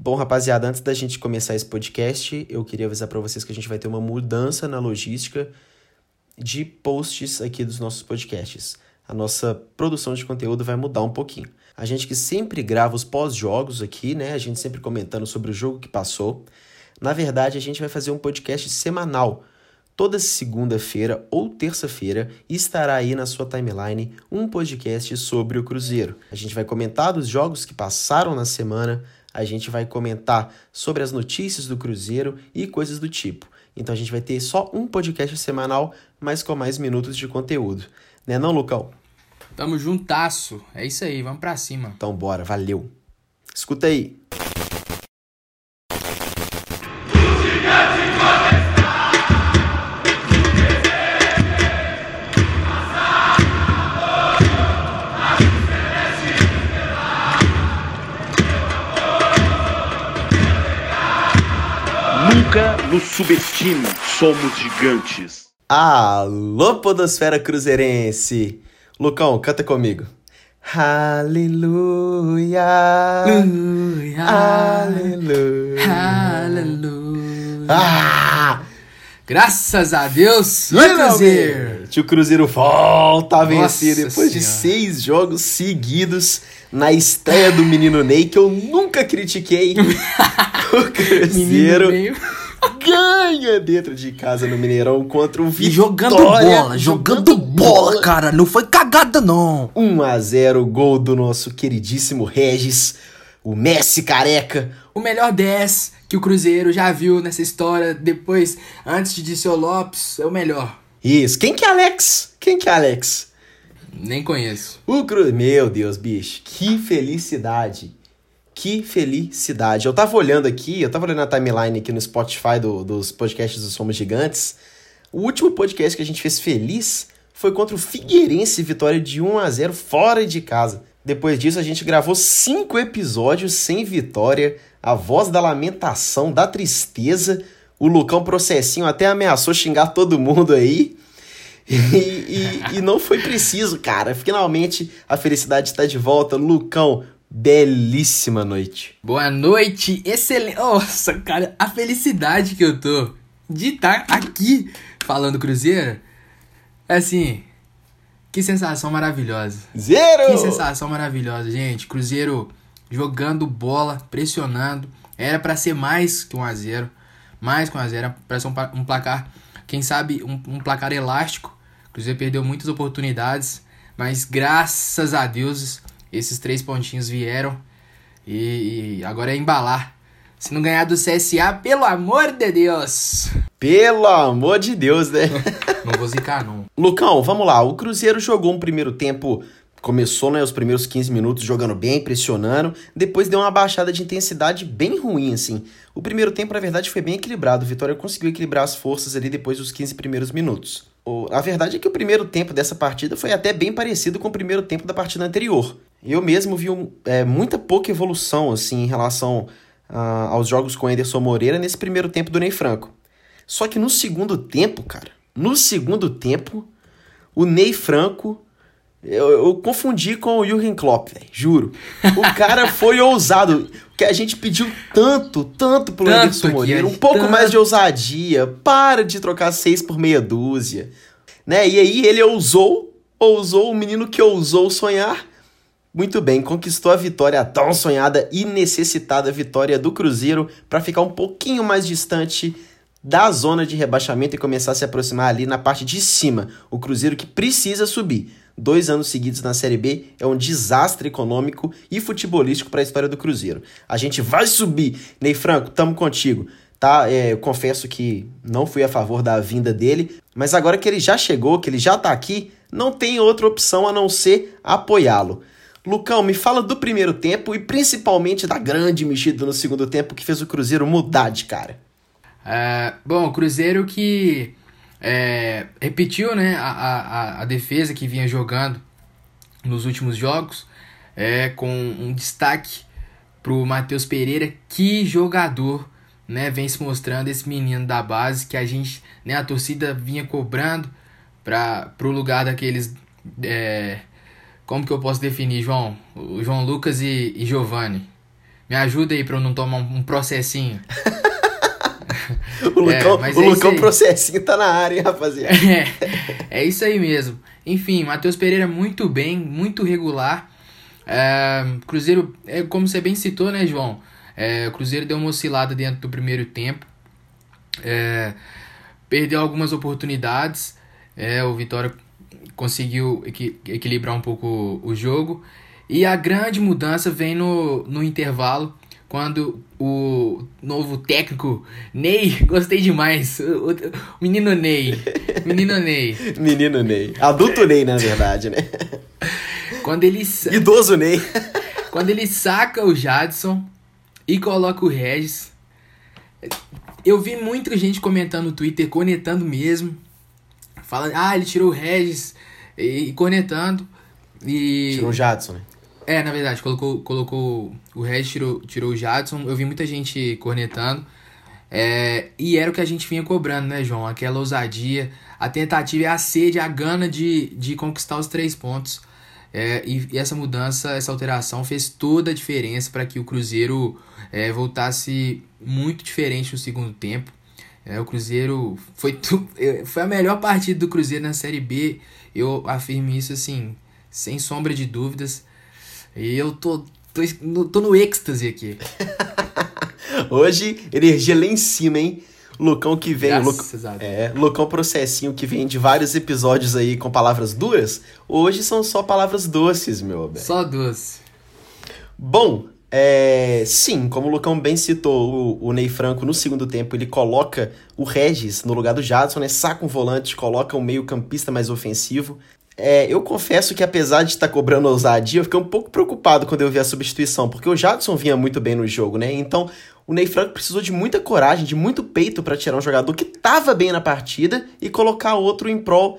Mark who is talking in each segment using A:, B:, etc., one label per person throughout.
A: Bom, rapaziada, antes da gente começar esse podcast, eu queria avisar para vocês que a gente vai ter uma mudança na logística de posts aqui dos nossos podcasts. A nossa produção de conteúdo vai mudar um pouquinho. A gente que sempre grava os pós-jogos aqui, né? A gente sempre comentando sobre o jogo que passou. Na verdade, a gente vai fazer um podcast semanal. Toda segunda-feira ou terça-feira estará aí na sua timeline um podcast sobre o Cruzeiro. A gente vai comentar dos jogos que passaram na semana, a gente vai comentar sobre as notícias do Cruzeiro e coisas do tipo. Então a gente vai ter só um podcast semanal, mas com mais minutos de conteúdo. Né não, Lucão?
B: Tamo juntasso. É isso aí, vamos pra cima.
A: Então bora, valeu. Escuta aí.
C: Nunca nos subestime, somos gigantes.
A: Alô, podosfera cruzeirense! Lucão, canta comigo. Aleluia,
B: Aleluia,
A: aleluia,
B: aleluia.
A: Ah!
B: Graças a Deus, Cruzeiro!
A: O Cruzeiro volta a vencer
B: Nossa
A: depois de
B: Senhora.
A: 6 jogos seguidos na estreia do Menino Ney, que eu nunca critiquei. O Cruzeiro ganha dentro de casa no Mineirão contra o
B: E
A: Vitória.
B: jogando bola, cara. Não foi cagada, não.
A: 1-0, gol do nosso queridíssimo Regis, o Messi careca.
B: O melhor 10 que o Cruzeiro já viu nessa história, depois, antes de Dirceu Lopes, é o melhor.
A: Isso, quem que é Alex?
B: Nem conheço.
A: Meu Deus, bicho, que felicidade. Que felicidade. Eu tava olhando na timeline aqui no Spotify dos podcasts do Somos Gigantes. O último podcast que a gente fez feliz foi contra o Figueirense, vitória de 1-0 fora de casa. Depois disso, a gente gravou 5 episódios sem vitória, a voz da lamentação, da tristeza. O Lucão Processinho até ameaçou xingar todo mundo aí. E não foi preciso, cara. Finalmente, a felicidade está de volta. Lucão, belíssima noite.
B: Boa noite, excelente. Nossa, cara, a felicidade que eu tô de estar aqui falando Cruzeiro, assim, que sensação maravilhosa.
A: Zero!
B: Que sensação maravilhosa, gente. Cruzeiro jogando bola, pressionando. Era pra ser mais que 1-0. Mais que 1-0. Era pra ser um placar, quem sabe, um placar elástico. Cruzeiro perdeu muitas oportunidades, mas graças a Deus esses 3 pontinhos vieram e agora é embalar. Se não ganhar do CSA, pelo amor de Deus.
A: Pelo amor de Deus, né?
B: Não vou zicar, não.
A: Lucão, vamos lá. O Cruzeiro jogou um primeiro tempo, começou, né, os primeiros 15 minutos jogando bem, pressionando. Depois deu uma baixada de intensidade bem ruim, assim. O primeiro tempo, na verdade, foi bem equilibrado. O Vitória conseguiu equilibrar as forças ali depois dos 15 primeiros minutos. A verdade é que o primeiro tempo dessa partida foi até bem parecido com o primeiro tempo da partida anterior. Eu mesmo vi muita pouca evolução, assim, em relação aos jogos com o Anderson Moreira nesse primeiro tempo do Ney Franco. Só que no segundo tempo, cara, o Ney Franco, eu confundi com o Jürgen Klopp, velho, juro. O cara foi ousado, que a gente pediu tanto pro Anderson Moreira, um pouco mais de ousadia, para de trocar 6 por meia dúzia, né? E aí ele ousou o menino que ousou sonhar. Muito bem, conquistou a vitória, a tão sonhada e necessitada vitória do Cruzeiro para ficar um pouquinho mais distante da zona de rebaixamento e começar a se aproximar ali na parte de cima. O Cruzeiro que precisa subir. 2 anos seguidos na Série B é um desastre econômico e futebolístico para a história do Cruzeiro. A gente vai subir. Ney Franco, tamo contigo. Tá? Eu confesso que não fui a favor da vinda dele, mas agora que ele já chegou, que ele já tá aqui, não tem outra opção a não ser apoiá-lo. Lucão, me fala do primeiro tempo e principalmente da grande mexida no segundo tempo que fez o Cruzeiro mudar de cara.
B: Bom, o Cruzeiro que repetiu, né, a defesa que vinha jogando nos últimos jogos, com um destaque pro Matheus Pereira. Que jogador, né, vem se mostrando esse menino da base que a gente, né, a torcida vinha cobrando pro lugar daqueles... como que eu posso definir, João? O João Lucas e Giovani. Me ajuda aí pra eu não tomar um processinho.
A: O Lucão processinho tá na área, hein, rapaziada.
B: É isso aí mesmo. Enfim, Matheus Pereira muito bem, muito regular. Cruzeiro, como você bem citou, né, João? O Cruzeiro deu uma oscilada dentro do primeiro tempo. Perdeu algumas oportunidades. O Vitória conseguiu equilibrar um pouco o jogo. E a grande mudança vem no intervalo, quando o novo técnico Ney, gostei demais, o menino Ney. Menino Ney.
A: Adulto Ney, na verdade, né? Idoso Ney.
B: Quando ele saca o Jadson e coloca o Regis. Eu vi muita gente comentando no Twitter, cornetando mesmo. Falando, ele tirou o Regis e cornetando.
A: Tirou o Jadson, né?
B: Na verdade, colocou o Regis, tirou o Jadson. Eu vi muita gente cornetando. E era o que a gente vinha cobrando, né, João? Aquela ousadia, a tentativa e a sede, a gana de conquistar os 3 pontos. E essa mudança, essa alteração fez toda a diferença para que o Cruzeiro voltasse muito diferente no segundo tempo. O Cruzeiro foi a melhor partida do Cruzeiro na Série B. Eu afirmo isso assim, sem sombra de dúvidas. E eu tô no êxtase aqui.
A: Hoje, energia lá em cima, hein? Lucão que vem... Lucão processinho que vem de vários episódios aí com palavras duras. Hoje são só palavras doces, meu bem.
B: Só doce.
A: Bom, sim, como o Lucão bem citou, o Ney Franco no segundo tempo, ele coloca o Regis no lugar do Jadson, né? Saca um volante, coloca um meio campista mais ofensivo. Eu confesso que apesar de estar cobrando ousadia, eu fiquei um pouco preocupado quando eu vi a substituição, porque o Jadson vinha muito bem no jogo, né? Então, o Ney Franco precisou de muita coragem, de muito peito para tirar um jogador que estava bem na partida e colocar outro em prol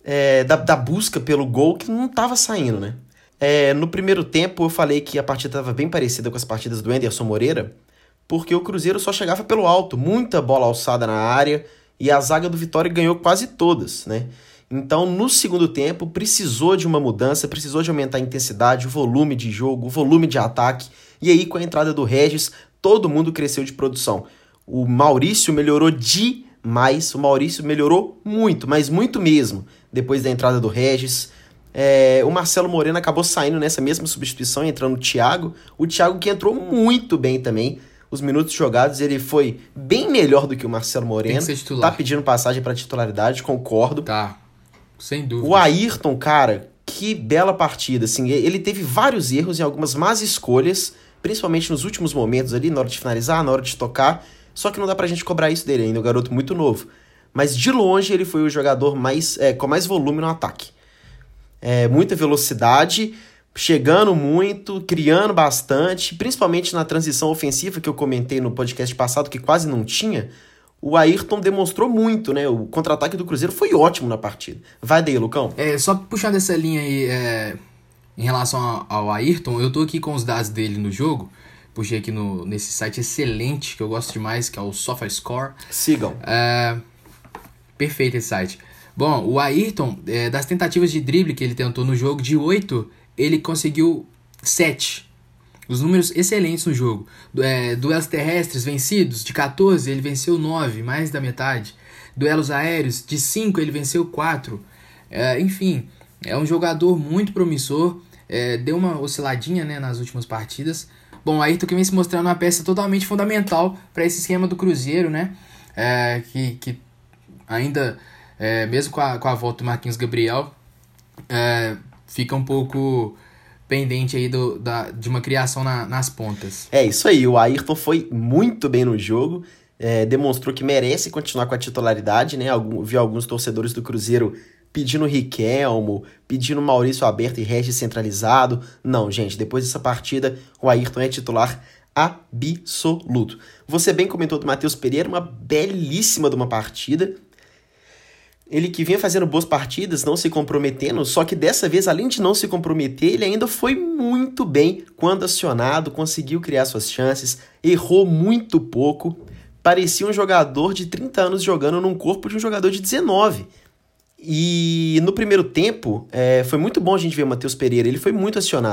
A: da busca pelo gol que não estava saindo, né? No primeiro tempo, eu falei que a partida estava bem parecida com as partidas do Anderson Moreira, porque o Cruzeiro só chegava pelo alto, muita bola alçada na área, e a zaga do Vitória ganhou quase todas, né? Então, no segundo tempo, precisou de uma mudança, precisou de aumentar a intensidade, o volume de jogo, o volume de ataque. E aí, com a entrada do Regis, todo mundo cresceu de produção. O Maurício melhorou demais, o Maurício melhorou muito, mas muito mesmo, depois da entrada do Regis. O Marcelo Moreno acabou saindo nessa mesma substituição, entrando o Thiago que entrou muito bem também. Os minutos jogados, ele foi bem melhor do que o Marcelo Moreno.
B: Tem que ser titular.
A: Tá pedindo passagem para titularidade, concordo.
B: Tá. Sem dúvida.
A: O Ayrton, cara, que bela partida, assim, ele teve vários erros e algumas más escolhas, principalmente nos últimos momentos ali, na hora de finalizar, na hora de tocar, só que não dá pra gente cobrar isso dele ainda, é um garoto muito novo. Mas de longe ele foi o jogador com mais volume no ataque. Muita velocidade, chegando muito, criando bastante, principalmente na transição ofensiva que eu comentei no podcast passado, que quase não tinha. O Ayrton demonstrou muito, né? O contra-ataque do Cruzeiro foi ótimo na partida. Vai daí, Lucão.
B: Só puxando essa linha aí, em relação ao Ayrton, eu tô aqui com os dados dele no jogo. Puxei aqui nesse site excelente, que eu gosto demais, que é o SofaScore.
A: Sigam.
B: Perfeito esse site. Bom, o Ayrton, das tentativas de drible que ele tentou no jogo, de 8, ele conseguiu 7. Os números excelentes no jogo. Duelos terrestres vencidos, de 14, ele venceu 9, mais da metade. Duelos aéreos, de 5, ele venceu 4. Enfim, é um jogador muito promissor. Deu uma osciladinha, né, nas últimas partidas. Bom, o Ayrton que vem se mostrando uma peça totalmente fundamental para esse esquema do Cruzeiro, né? Que ainda, mesmo com a volta do Marquinhos Gabriel, fica um pouco pendente aí de uma criação nas pontas.
A: Isso aí, o Ayrton foi muito bem no jogo, demonstrou que merece continuar com a titularidade, né? Vi alguns torcedores do Cruzeiro pedindo Riquelmo, pedindo Maurício aberto e Regis centralizado. Não, gente, depois dessa partida, o Ayrton é titular absoluto. Você bem comentou do Matheus Pereira, uma belíssima de uma partida. Ele que vinha fazendo boas partidas, não se comprometendo, só que dessa vez, além de não se comprometer, ele ainda foi muito bem quando acionado, conseguiu criar suas chances, errou muito pouco, parecia um jogador de 30 anos jogando num corpo de um jogador de 19. E no primeiro tempo, foi muito bom a gente ver o Matheus Pereira, ele foi muito acionado.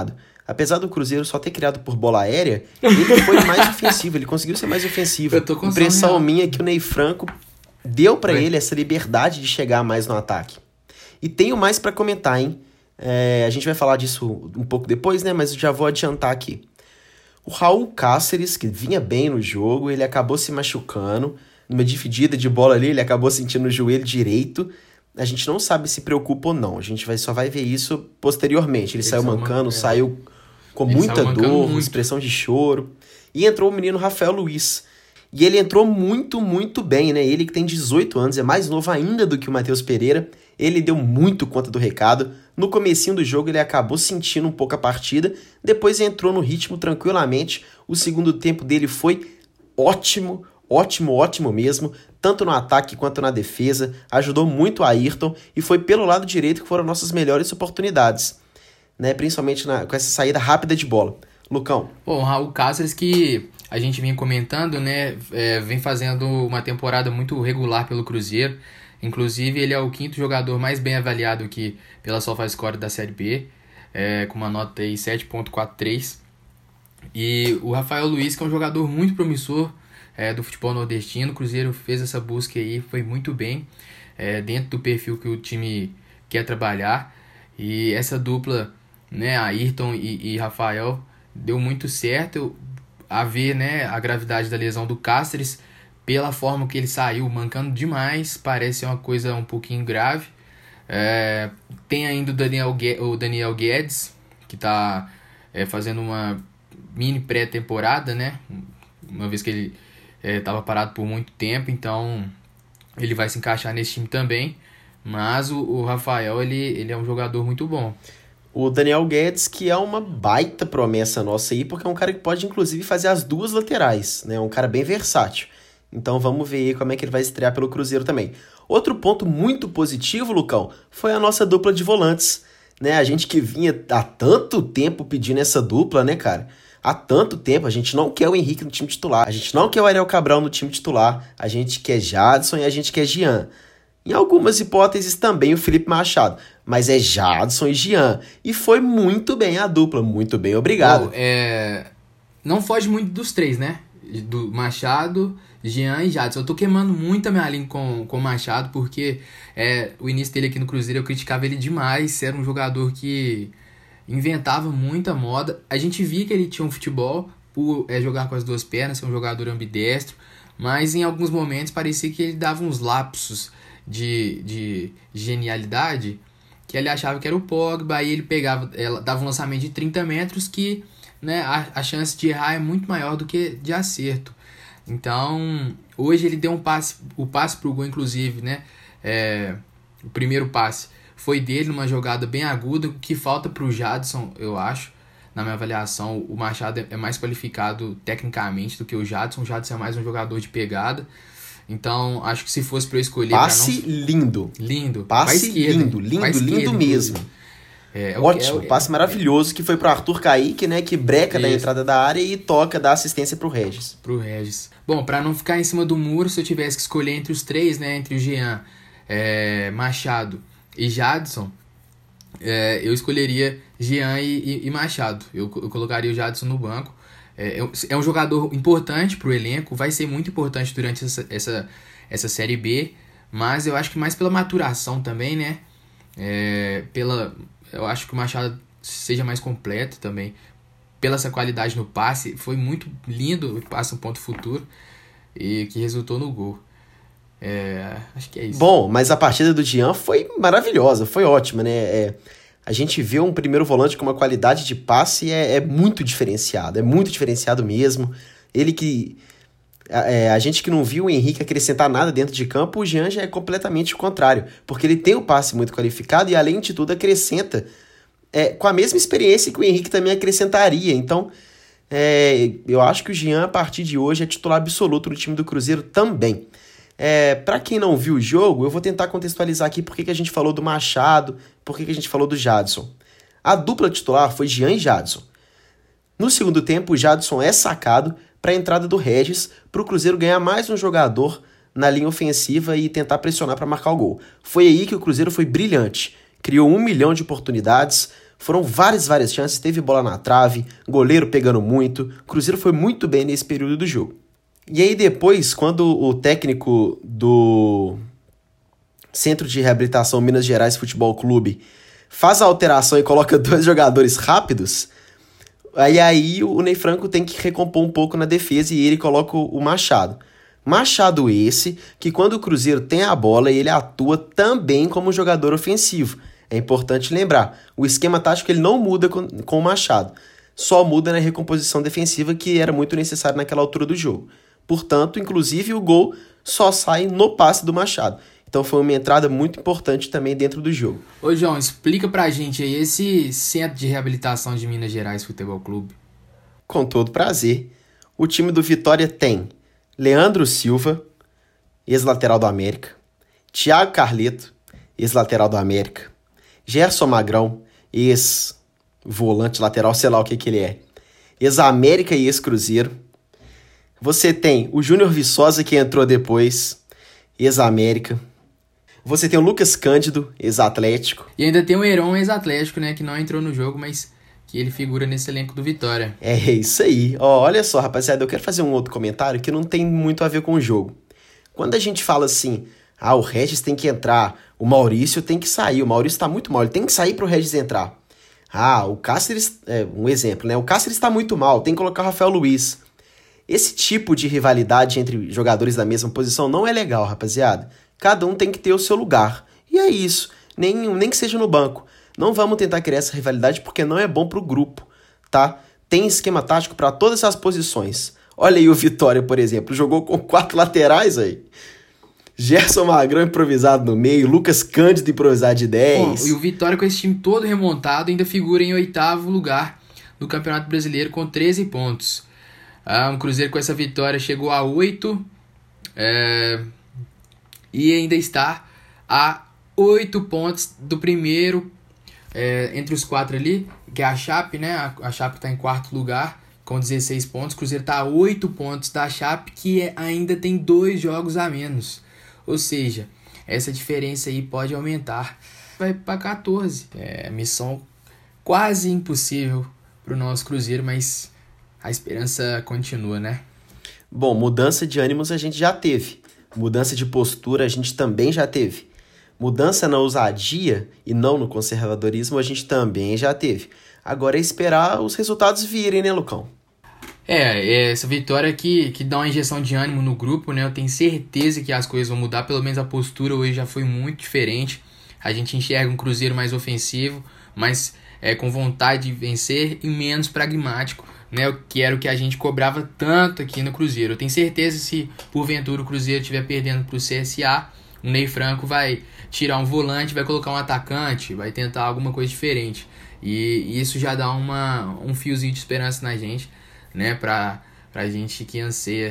A: apesar do Cruzeiro só ter criado por bola aérea, ele foi mais ofensivo, ele conseguiu ser mais ofensivo.
B: Eu tô com
A: impressão minha é que o Ney Franco deu pra ele essa liberdade de chegar mais no ataque. E tenho mais pra comentar, hein? A gente vai falar disso um pouco depois, né? Mas eu já vou adiantar aqui. O Raul Cáceres, que vinha bem no jogo, ele acabou se machucando. Numa dividida de bola ali, ele acabou sentindo o joelho direito. A gente não sabe se preocupa ou não. A gente só vai ver isso posteriormente. Ele saiu mancando, saiu com muita dor, expressão de choro. E entrou o menino Rafael Luiz. E ele entrou muito, muito bem, né? Ele que tem 18 anos, é mais novo ainda do que o Matheus Pereira. Ele deu muito conta do recado. No comecinho do jogo ele acabou sentindo um pouco a partida. Depois entrou no ritmo tranquilamente. O segundo tempo dele foi ótimo, ótimo, ótimo mesmo. Tanto no ataque quanto na defesa. Ajudou muito a Ayrton. E foi pelo lado direito que foram nossas melhores oportunidades, né? Principalmente com essa saída rápida de bola. Lucão.
B: Bom, o Raul Cáceres, que a gente vinha comentando, né? Vem fazendo uma temporada muito regular pelo Cruzeiro. Inclusive, ele é o 5º jogador mais bem avaliado aqui pela SofaScore da Série B, com uma nota aí 7.43. E o Rafael Luiz, que é um jogador muito promissor do futebol nordestino. O Cruzeiro fez essa busca aí, foi muito bem, dentro do perfil que o time quer trabalhar. E essa dupla, né, Ayrton e Rafael, deu muito certo. A ver, né, a gravidade da lesão do Cáceres, pela forma que ele saiu, mancando demais, parece uma coisa um pouquinho grave. Tem ainda o Daniel Guedes, que está fazendo uma mini pré-temporada, né? Uma vez que ele estava parado por muito tempo, então ele vai se encaixar nesse time também. Mas o Rafael, ele é um jogador muito bom.
A: O Daniel Guedes, que é uma baita promessa nossa aí, porque é um cara que pode, inclusive, fazer as duas laterais, né? Um cara bem versátil. Então vamos ver aí como é que ele vai estrear pelo Cruzeiro também. Outro ponto muito positivo, Lucão, foi a nossa dupla de volantes, né? A gente que vinha há tanto tempo pedindo essa dupla, né, cara? Há tanto tempo, a gente não quer o Henrique no time titular, a gente não quer o Ariel Cabral no time titular, a gente quer Jadson e a gente quer Jean. Em algumas hipóteses também o Felipe Machado, mas é Jadson e Jean. E foi muito bem a dupla, muito bem, obrigado.
B: Não foge muito dos três, né? Do Machado, Jean e Jadson. Eu tô queimando muito a minha língua com o Machado, porque o início dele aqui no Cruzeiro eu criticava ele demais. Era um jogador que inventava muita moda. A gente via que ele tinha um futebol por jogar com as duas pernas, ser um jogador ambidestro, mas em alguns momentos parecia que ele dava uns lapsos de genialidade, que ele achava que era o Pogba, aí ele dava um lançamento de 30 metros que, né, a chance de errar é muito maior do que de acerto. Então, hoje ele deu o passe pro gol, inclusive, né? O primeiro passe foi dele, numa jogada bem aguda, que falta pro Jadson, eu acho. Na minha avaliação, o Machado é mais qualificado tecnicamente do que o Jadson. O Jadson é mais um jogador de pegada. Então, acho que se fosse para eu escolher...
A: Passe lindo.
B: Lindo.
A: Passe lindo mesmo. Ótimo, passe maravilhoso, que foi pro Arthur Kaique, né, que breca da entrada da área e toca, dá assistência pro Regis.
B: Bom, para não ficar em cima do muro, se eu tivesse que escolher entre os três, né, entre o Jean, Machado e Jadson, eu escolheria Jean e Machado. Eu colocaria o Jadson no banco. É um jogador importante pro elenco, vai ser muito importante durante essa Série B, mas eu acho que mais pela maturação também, né? Eu acho que o Machado seja mais completo também, pela essa qualidade no passe. Foi muito lindo o passe no ponto futuro e que resultou no gol. Acho que é isso.
A: Bom, mas a partida do Jean foi maravilhosa, foi ótima, né? A gente vê um primeiro volante com uma qualidade de passe muito diferenciado mesmo. Ele que... a gente que não viu o Henrique acrescentar nada dentro de campo, o Jean já é completamente o contrário, porque ele tem o passe muito qualificado e, além de tudo, acrescenta com a mesma experiência que o Henrique também acrescentaria. Então, eu acho que o Jean, a partir de hoje, é titular absoluto no time do Cruzeiro também. Para quem não viu o jogo, eu vou tentar contextualizar aqui por que a gente falou do Machado, por que a gente falou do Jadson. A dupla titular foi Jean e Jadson. No segundo tempo, o Jadson é sacado para a entrada do Regis, para o Cruzeiro ganhar mais um jogador na linha ofensiva e tentar pressionar para marcar o gol. Foi aí que o Cruzeiro foi brilhante. Criou 1 milhão de oportunidades, Foram várias chances, teve bola na trave, goleiro pegando muito. O Cruzeiro foi muito bem nesse período do jogo. E aí depois, quando o técnico do Centro de Reabilitação Minas Gerais Futebol Clube faz a alteração e coloca 2 jogadores rápidos, aí o Ney Franco tem que recompor um pouco na defesa e ele coloca o Machado. Machado esse, que quando o Cruzeiro tem a bola, ele atua também como jogador ofensivo. É importante lembrar, o esquema tático ele não muda com o Machado, só muda na recomposição defensiva que era muito necessário naquela altura do jogo. Portanto, inclusive o gol só sai no passe do Machado. Então foi uma entrada muito importante também dentro do jogo.
B: Ô João, explica pra gente aí esse Centro de Reabilitação de Minas Gerais Futebol Clube.
A: Com todo prazer. O time do Vitória tem Leandro Silva, ex-lateral do América, Thiago Carleto, ex-lateral do América, Gerson Magrão, ex-volante lateral, sei lá o que ele é, ex-América e ex-Cruzeiro. Você tem o Júnior Viçosa, que entrou depois, ex-América. Você tem o Lucas Cândido, ex-Atlético.
B: E ainda tem o Heron, ex-Atlético, né, que não entrou no jogo, mas que ele figura nesse elenco do Vitória.
A: É isso aí. Olha só, rapaziada, eu quero fazer um outro comentário que não tem muito a ver com o jogo. Quando a gente fala assim, o Regis tem que entrar, o Maurício tem que sair, o Maurício tá muito mal, ele tem que sair pro Regis entrar. O Cáceres, um exemplo, né? O Cáceres tá muito mal, tem que colocar o Rafael Luiz. Esse tipo de rivalidade entre jogadores da mesma posição não é legal, rapaziada. Cada um tem que ter o seu lugar. E é isso, nem que seja no banco. Não vamos tentar criar essa rivalidade porque não é bom pro grupo, tá? Tem esquema tático para todas as posições. Olha aí o Vitória, por exemplo, jogou com 4 laterais aí. Gerson Magrão improvisado no meio, Lucas Cândido improvisado de 10.
B: E o Vitória com esse time todo remontado ainda figura em 8º lugar do Campeonato Brasileiro com 13 pontos. O Cruzeiro com essa vitória chegou a 8 e ainda está a 8 pontos do primeiro entre os 4 ali, que é a Chape, né? A Chape está em 4º lugar com 16 pontos. O Cruzeiro está a 8 pontos da Chape, que ainda tem 2 jogos a menos. Ou seja, essa diferença aí pode aumentar. Vai para 14. Missão quase impossível para o nosso Cruzeiro, mas a esperança continua, né?
A: Bom, mudança de ânimos a gente já teve. Mudança de postura a gente também já teve. Mudança na ousadia e não no conservadorismo a gente também já teve. Agora é esperar os resultados virem, né, Lucão?
B: Essa vitória que dá uma injeção de ânimo no grupo, né? Eu tenho certeza que as coisas vão mudar, pelo menos a postura hoje já foi muito diferente. A gente enxerga um Cruzeiro mais ofensivo, mas com vontade de vencer e menos pragmático, né? Que era o que a gente cobrava tanto aqui no Cruzeiro. Eu tenho certeza que se porventura o Cruzeiro estiver perdendo para o CSA, o Ney Franco vai tirar um volante, vai colocar um atacante, vai tentar alguma coisa diferente. E isso já dá um fiozinho de esperança na gente, né, pra gente que anseia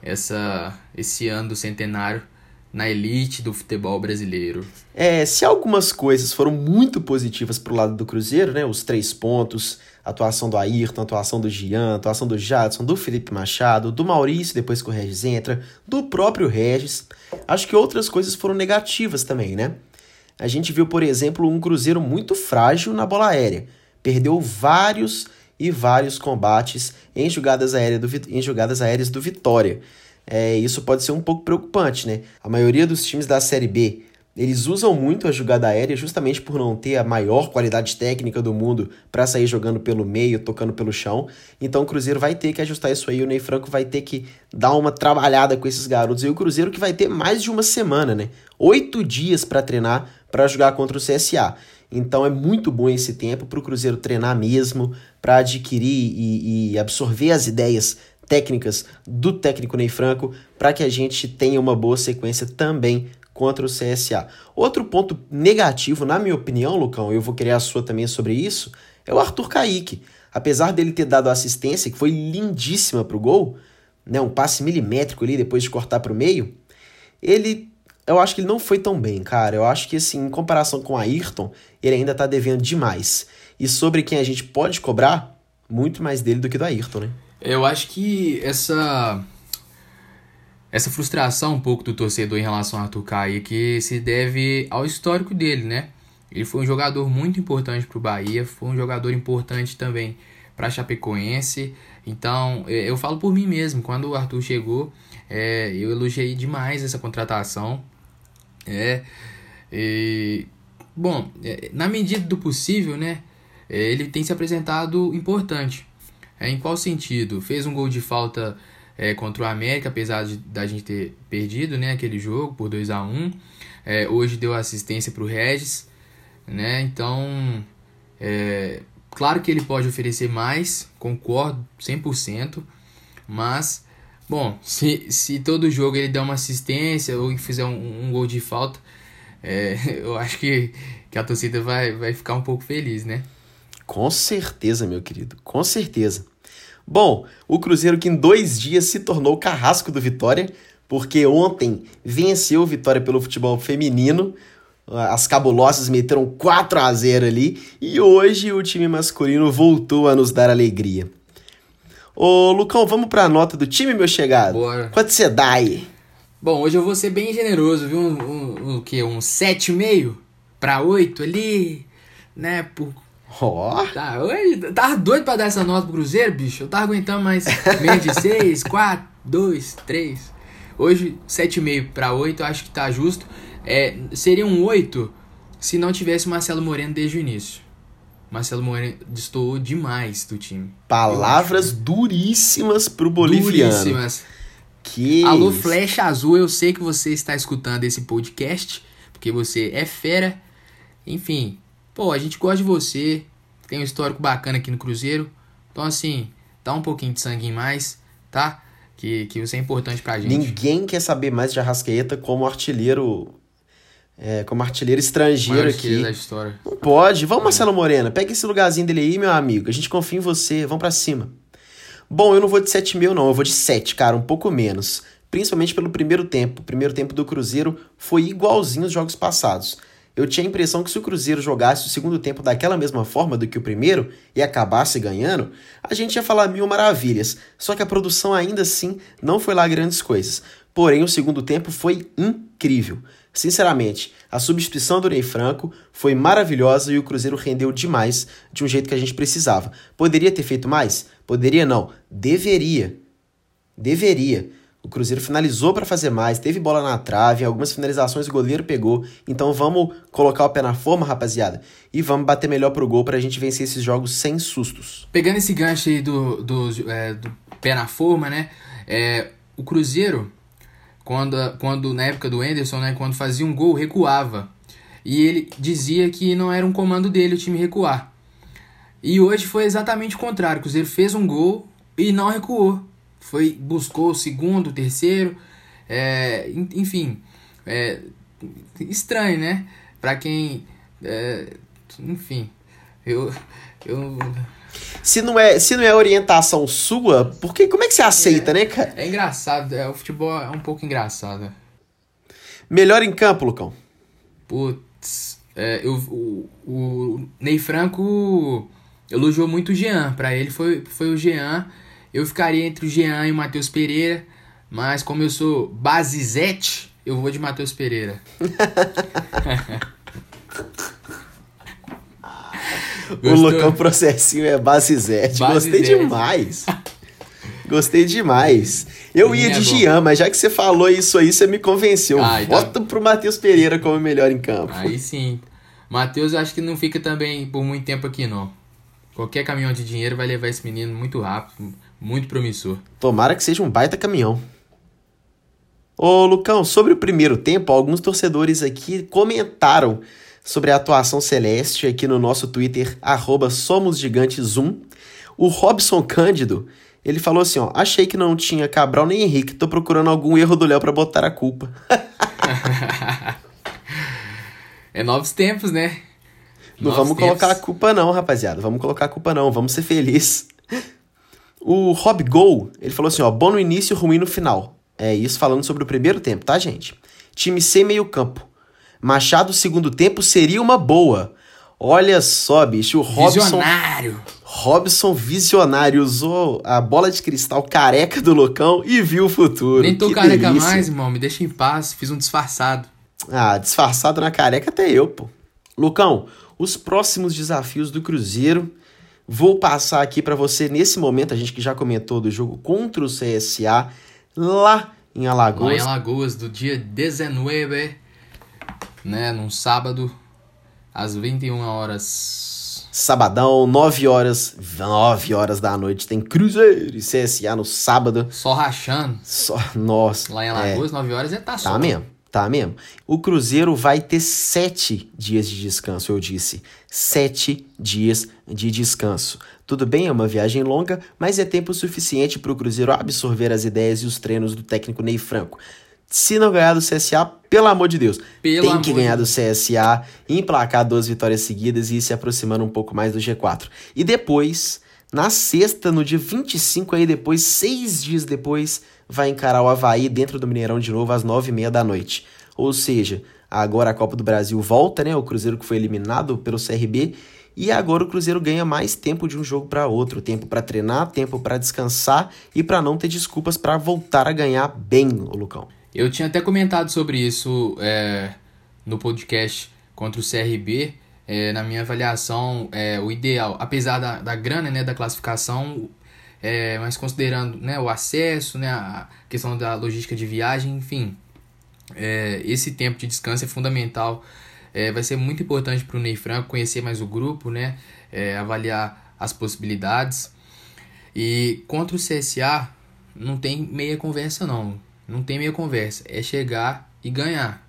B: esse ano do centenário na elite do futebol brasileiro.
A: Se algumas coisas foram muito positivas pro lado do Cruzeiro, né, os 3 pontos, a atuação do Ayrton, a atuação do Jean, a atuação do Jadson, do Felipe Machado, do Maurício depois que o Regis entra, do próprio Regis, acho que outras coisas foram negativas também, né? A gente viu, por exemplo, um Cruzeiro muito frágil na bola aérea, perdeu vários combates em jogadas aéreas do Vitória. Isso pode ser um pouco preocupante, né? A maioria dos times da Série B, eles usam muito a jogada aérea justamente por não ter a maior qualidade técnica do mundo para sair jogando pelo meio, tocando pelo chão. Então o Cruzeiro vai ter que ajustar isso aí, o Ney Franco vai ter que dar uma trabalhada com esses garotos. E o Cruzeiro que vai ter mais de uma semana, né? 8 dias para treinar para jogar contra o CSA. Então é muito bom esse tempo para o Cruzeiro treinar mesmo, para adquirir e absorver as ideias técnicas do técnico Ney Franco, para que a gente tenha uma boa sequência também contra o CSA. Outro ponto negativo, na minha opinião, Lucão, eu vou querer a sua também sobre isso, é o Arthur Kaique. Apesar dele ter dado a assistência, que foi lindíssima pro gol, né, um passe milimétrico ali depois de cortar pro meio, eu acho que ele não foi tão bem, cara. Eu acho que, assim, em comparação com o Ayrton, ele ainda tá devendo demais. E sobre quem a gente pode cobrar, muito mais dele do que do Ayrton, né?
B: Eu acho que essa frustração um pouco do torcedor em relação ao Arthur Kaique se deve ao histórico dele, né? Ele foi um jogador muito importante para o Bahia, foi um jogador importante também para a Chapecoense. Então, eu falo por mim mesmo, quando o Arthur chegou, eu elogiei demais essa contratação. Na medida do possível, né, ele tem se apresentado importante. Em qual sentido? Fez um gol de falta contra o América, apesar da gente ter perdido, né, aquele jogo por 2-1. Hoje deu assistência para o Regis, né? Então, claro que ele pode oferecer mais, concordo 100%, mas, bom, se todo jogo ele der uma assistência ou fizer um gol de falta, eu acho que a torcida vai ficar um pouco feliz, né?
A: Com certeza, meu querido, com certeza. Bom, o Cruzeiro que em 2 dias se tornou o carrasco do Vitória, porque ontem venceu o Vitória pelo futebol feminino, as cabulosas meteram 4-0 ali, e hoje o time masculino voltou a nos dar alegria. Ô, Lucão, vamos pra nota do time, meu chegado?
B: Bora.
A: Quanto você dá aí?
B: Bom, hoje eu vou ser bem generoso, viu? Um 7,5 para 8 ali, né? Tava doido pra dar essa nota pro Cruzeiro, bicho. Eu tava aguentando mais menos de 6, 4, 2, 3. Hoje, 7,5 para 8, eu acho que tá justo. Seria um 8 se não tivesse o Marcelo Moreno desde o início. Marcelo Moreno destoou demais do time.
A: Palavras duríssimas pro boliviano.
B: Duríssimas.
A: Que
B: Alô,
A: isso?
B: Flecha Azul, eu sei que você está escutando esse podcast, porque você é fera. Enfim, a gente gosta de você, tem um histórico bacana aqui no Cruzeiro. Então, assim, dá um pouquinho de sangue em mais, tá? Que isso é importante pra gente.
A: Ninguém quer saber mais de Arrascaeta como artilheiro estrangeiro aqui.
B: Da história.
A: Não pode. Vamos, Marcelo Moreno. Pega esse lugarzinho dele aí, meu amigo. A gente confia em você. Vamos pra cima. Bom, eu não vou de 7,5 não. Eu vou de 7, cara. Um pouco menos. Principalmente pelo primeiro tempo. O primeiro tempo do Cruzeiro foi igualzinho aos jogos passados. Eu tinha a impressão que se o Cruzeiro jogasse o segundo tempo daquela mesma forma do que o primeiro e acabasse ganhando, a gente ia falar 1000 maravilhas. Só que a produção ainda assim não foi lá grandes coisas. Porém, o segundo tempo foi incrível. Sinceramente, a substituição do Ney Franco foi maravilhosa e o Cruzeiro rendeu demais de um jeito que a gente precisava. Poderia ter feito mais? Poderia não. Deveria. O Cruzeiro finalizou para fazer mais, teve bola na trave, algumas finalizações o goleiro pegou. Então vamos colocar o pé na forma, rapaziada, e vamos bater melhor pro gol pra gente vencer esses jogos sem sustos.
B: Pegando esse gancho aí do pé na forma, né? O Cruzeiro, quando na época do Anderson, né, quando fazia um gol, recuava. E ele dizia que não era um comando dele o time recuar. E hoje foi exatamente o contrário. O Cruzeiro fez um gol e não recuou. Buscou o segundo, o terceiro. Enfim, estranho, né? Pra quem... enfim, eu...
A: Se não é orientação sua, como é que você aceita, né, cara?
B: É engraçado, o futebol é um pouco engraçado.
A: Melhor em campo, Lucão?
B: Putz, o Ney Franco elogiou muito o Jean. Pra ele foi o Jean. Eu ficaria entre o Jean e o Matheus Pereira, mas como eu sou basizete, eu vou de Matheus Pereira.
A: O Lucão processinho é basizete. Gostei demais. Eu ia de Jean, mas já que você falou isso aí, você me convenceu. Voto pro Matheus Pereira como melhor em campo.
B: Aí sim. Matheus, eu acho que não fica também por muito tempo aqui, não. Qualquer caminhão de dinheiro vai levar esse menino muito rápido, muito promissor.
A: Tomara que seja um baita caminhão. Ô, Lucão, sobre o primeiro tempo, alguns torcedores aqui comentaram sobre a atuação celeste aqui no nosso Twitter, @SomosGigantes1. O Robson Cândido, ele falou assim, achei que não tinha Cabral nem Henrique, tô procurando algum erro do Léo pra botar a culpa.
B: É novos tempos, né?
A: Não vamos colocar a culpa não, rapaziada. Vamos ser felizes. O Rob Gol, ele falou assim, bom no início, ruim no final. É isso falando sobre o primeiro tempo, tá, gente? Time sem meio campo. Machado, segundo tempo, seria uma boa. Olha só, bicho, o Robson visionário, usou a bola de cristal careca do Lucão e viu o futuro.
B: Nem tô careca mais, irmão, me deixa em paz, fiz um disfarçado.
A: Disfarçado na careca até eu, pô. Lucão, os próximos desafios do Cruzeiro, vou passar aqui para você nesse momento, a gente que já comentou do jogo contra o CSA, lá em Alagoas.
B: Lá em Alagoas, do dia 19, né, num sábado, às 21 horas.
A: Sabadão, 9 horas da noite, tem Cruzeiro e CSA no sábado.
B: Só rachando.
A: Nossa.
B: Lá em Alagoas, 9 horas tá só.
A: Tá mesmo. O Cruzeiro vai ter 7 dias de descanso, eu disse. 7 dias de descanso. Tudo bem, é uma viagem longa, mas é tempo suficiente para o Cruzeiro absorver as ideias e os treinos do técnico Ney Franco. Se não ganhar do CSA, pelo amor de Deus, tem que ganhar do CSA, emplacar 2 vitórias seguidas e ir se aproximando um pouco mais do G4. E depois, na sexta, no dia 25, aí depois, 6 dias depois, vai encarar o Avaí dentro do Mineirão de novo às 9h30 da noite. Ou seja, agora a Copa do Brasil volta, né? O Cruzeiro que foi eliminado pelo CRB. E agora o Cruzeiro ganha mais tempo de um jogo para outro. Tempo para treinar, tempo para descansar e para não ter desculpas para voltar a ganhar bem, o Lucão.
B: Eu tinha até comentado sobre isso no podcast contra o CRB. Na minha avaliação, o ideal, apesar da grana, né, da classificação, mas considerando, né, o acesso, né, a questão da logística de viagem, enfim, esse tempo de descanso é fundamental. Vai ser muito importante para o Ney Franco conhecer mais o grupo, né, avaliar as possibilidades. E contra o CSA não tem meia conversa não tem meia conversa, é chegar e ganhar.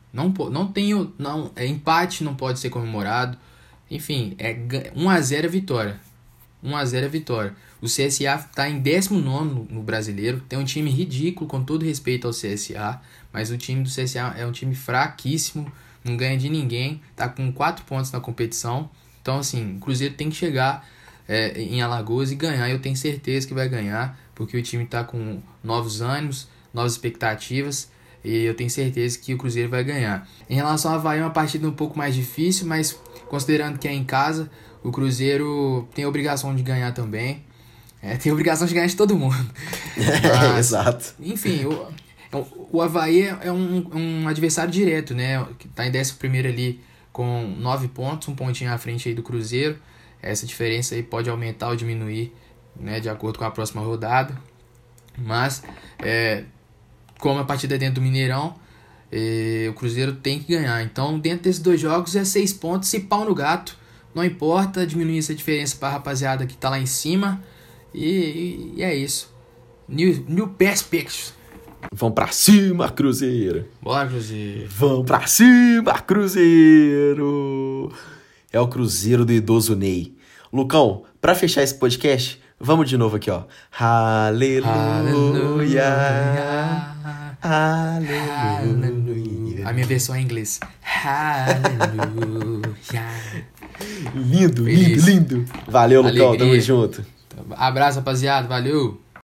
B: Empate não pode ser comemorado. Enfim, 1-0 é vitória. 1-0 é vitória. O CSA está em 19º no Brasileiro. Tem um time ridículo, com todo respeito ao CSA. Mas o time do CSA é um time fraquíssimo. Não ganha de ninguém. Está com 4 pontos na competição. Então, assim, o Cruzeiro tem que chegar em Alagoas e ganhar. Eu tenho certeza que vai ganhar. Porque o time está com novos ânimos, novas expectativas. E eu tenho certeza que o Cruzeiro vai ganhar. Em relação ao Avaí, é uma partida um pouco mais difícil. Mas considerando que é em casa, o Cruzeiro tem a obrigação de ganhar também. Tem a obrigação de ganhar de todo mundo. Mas,
A: exato.
B: Enfim, o Avaí é um adversário direto, né? Que tá em 11º ali com 9 pontos, um pontinho à frente aí do Cruzeiro. Essa diferença aí pode aumentar ou diminuir, né, de acordo com a próxima rodada. Mas, como a partida é dentro do Mineirão, o Cruzeiro tem que ganhar. Então, dentro desses 2 jogos é 6 pontos e pau no gato. Não importa, diminuir essa diferença para a rapaziada que tá lá em cima. E é isso. New Perspectives.
A: Vão pra cima, Cruzeiro.
B: Bora, Cruzeiro.
A: Vão pra cima, Cruzeiro. É o Cruzeiro do idoso Ney. Lucão, pra fechar esse podcast, vamos de novo aqui, ó. Aleluia. Aleluia.
B: A minha versão é em inglês. Aleluia.
A: Lindo, lindo, lindo. Valeu, Lucão.
B: Alegria.
A: Tamo junto.
B: Abraço, rapaziada. Valeu.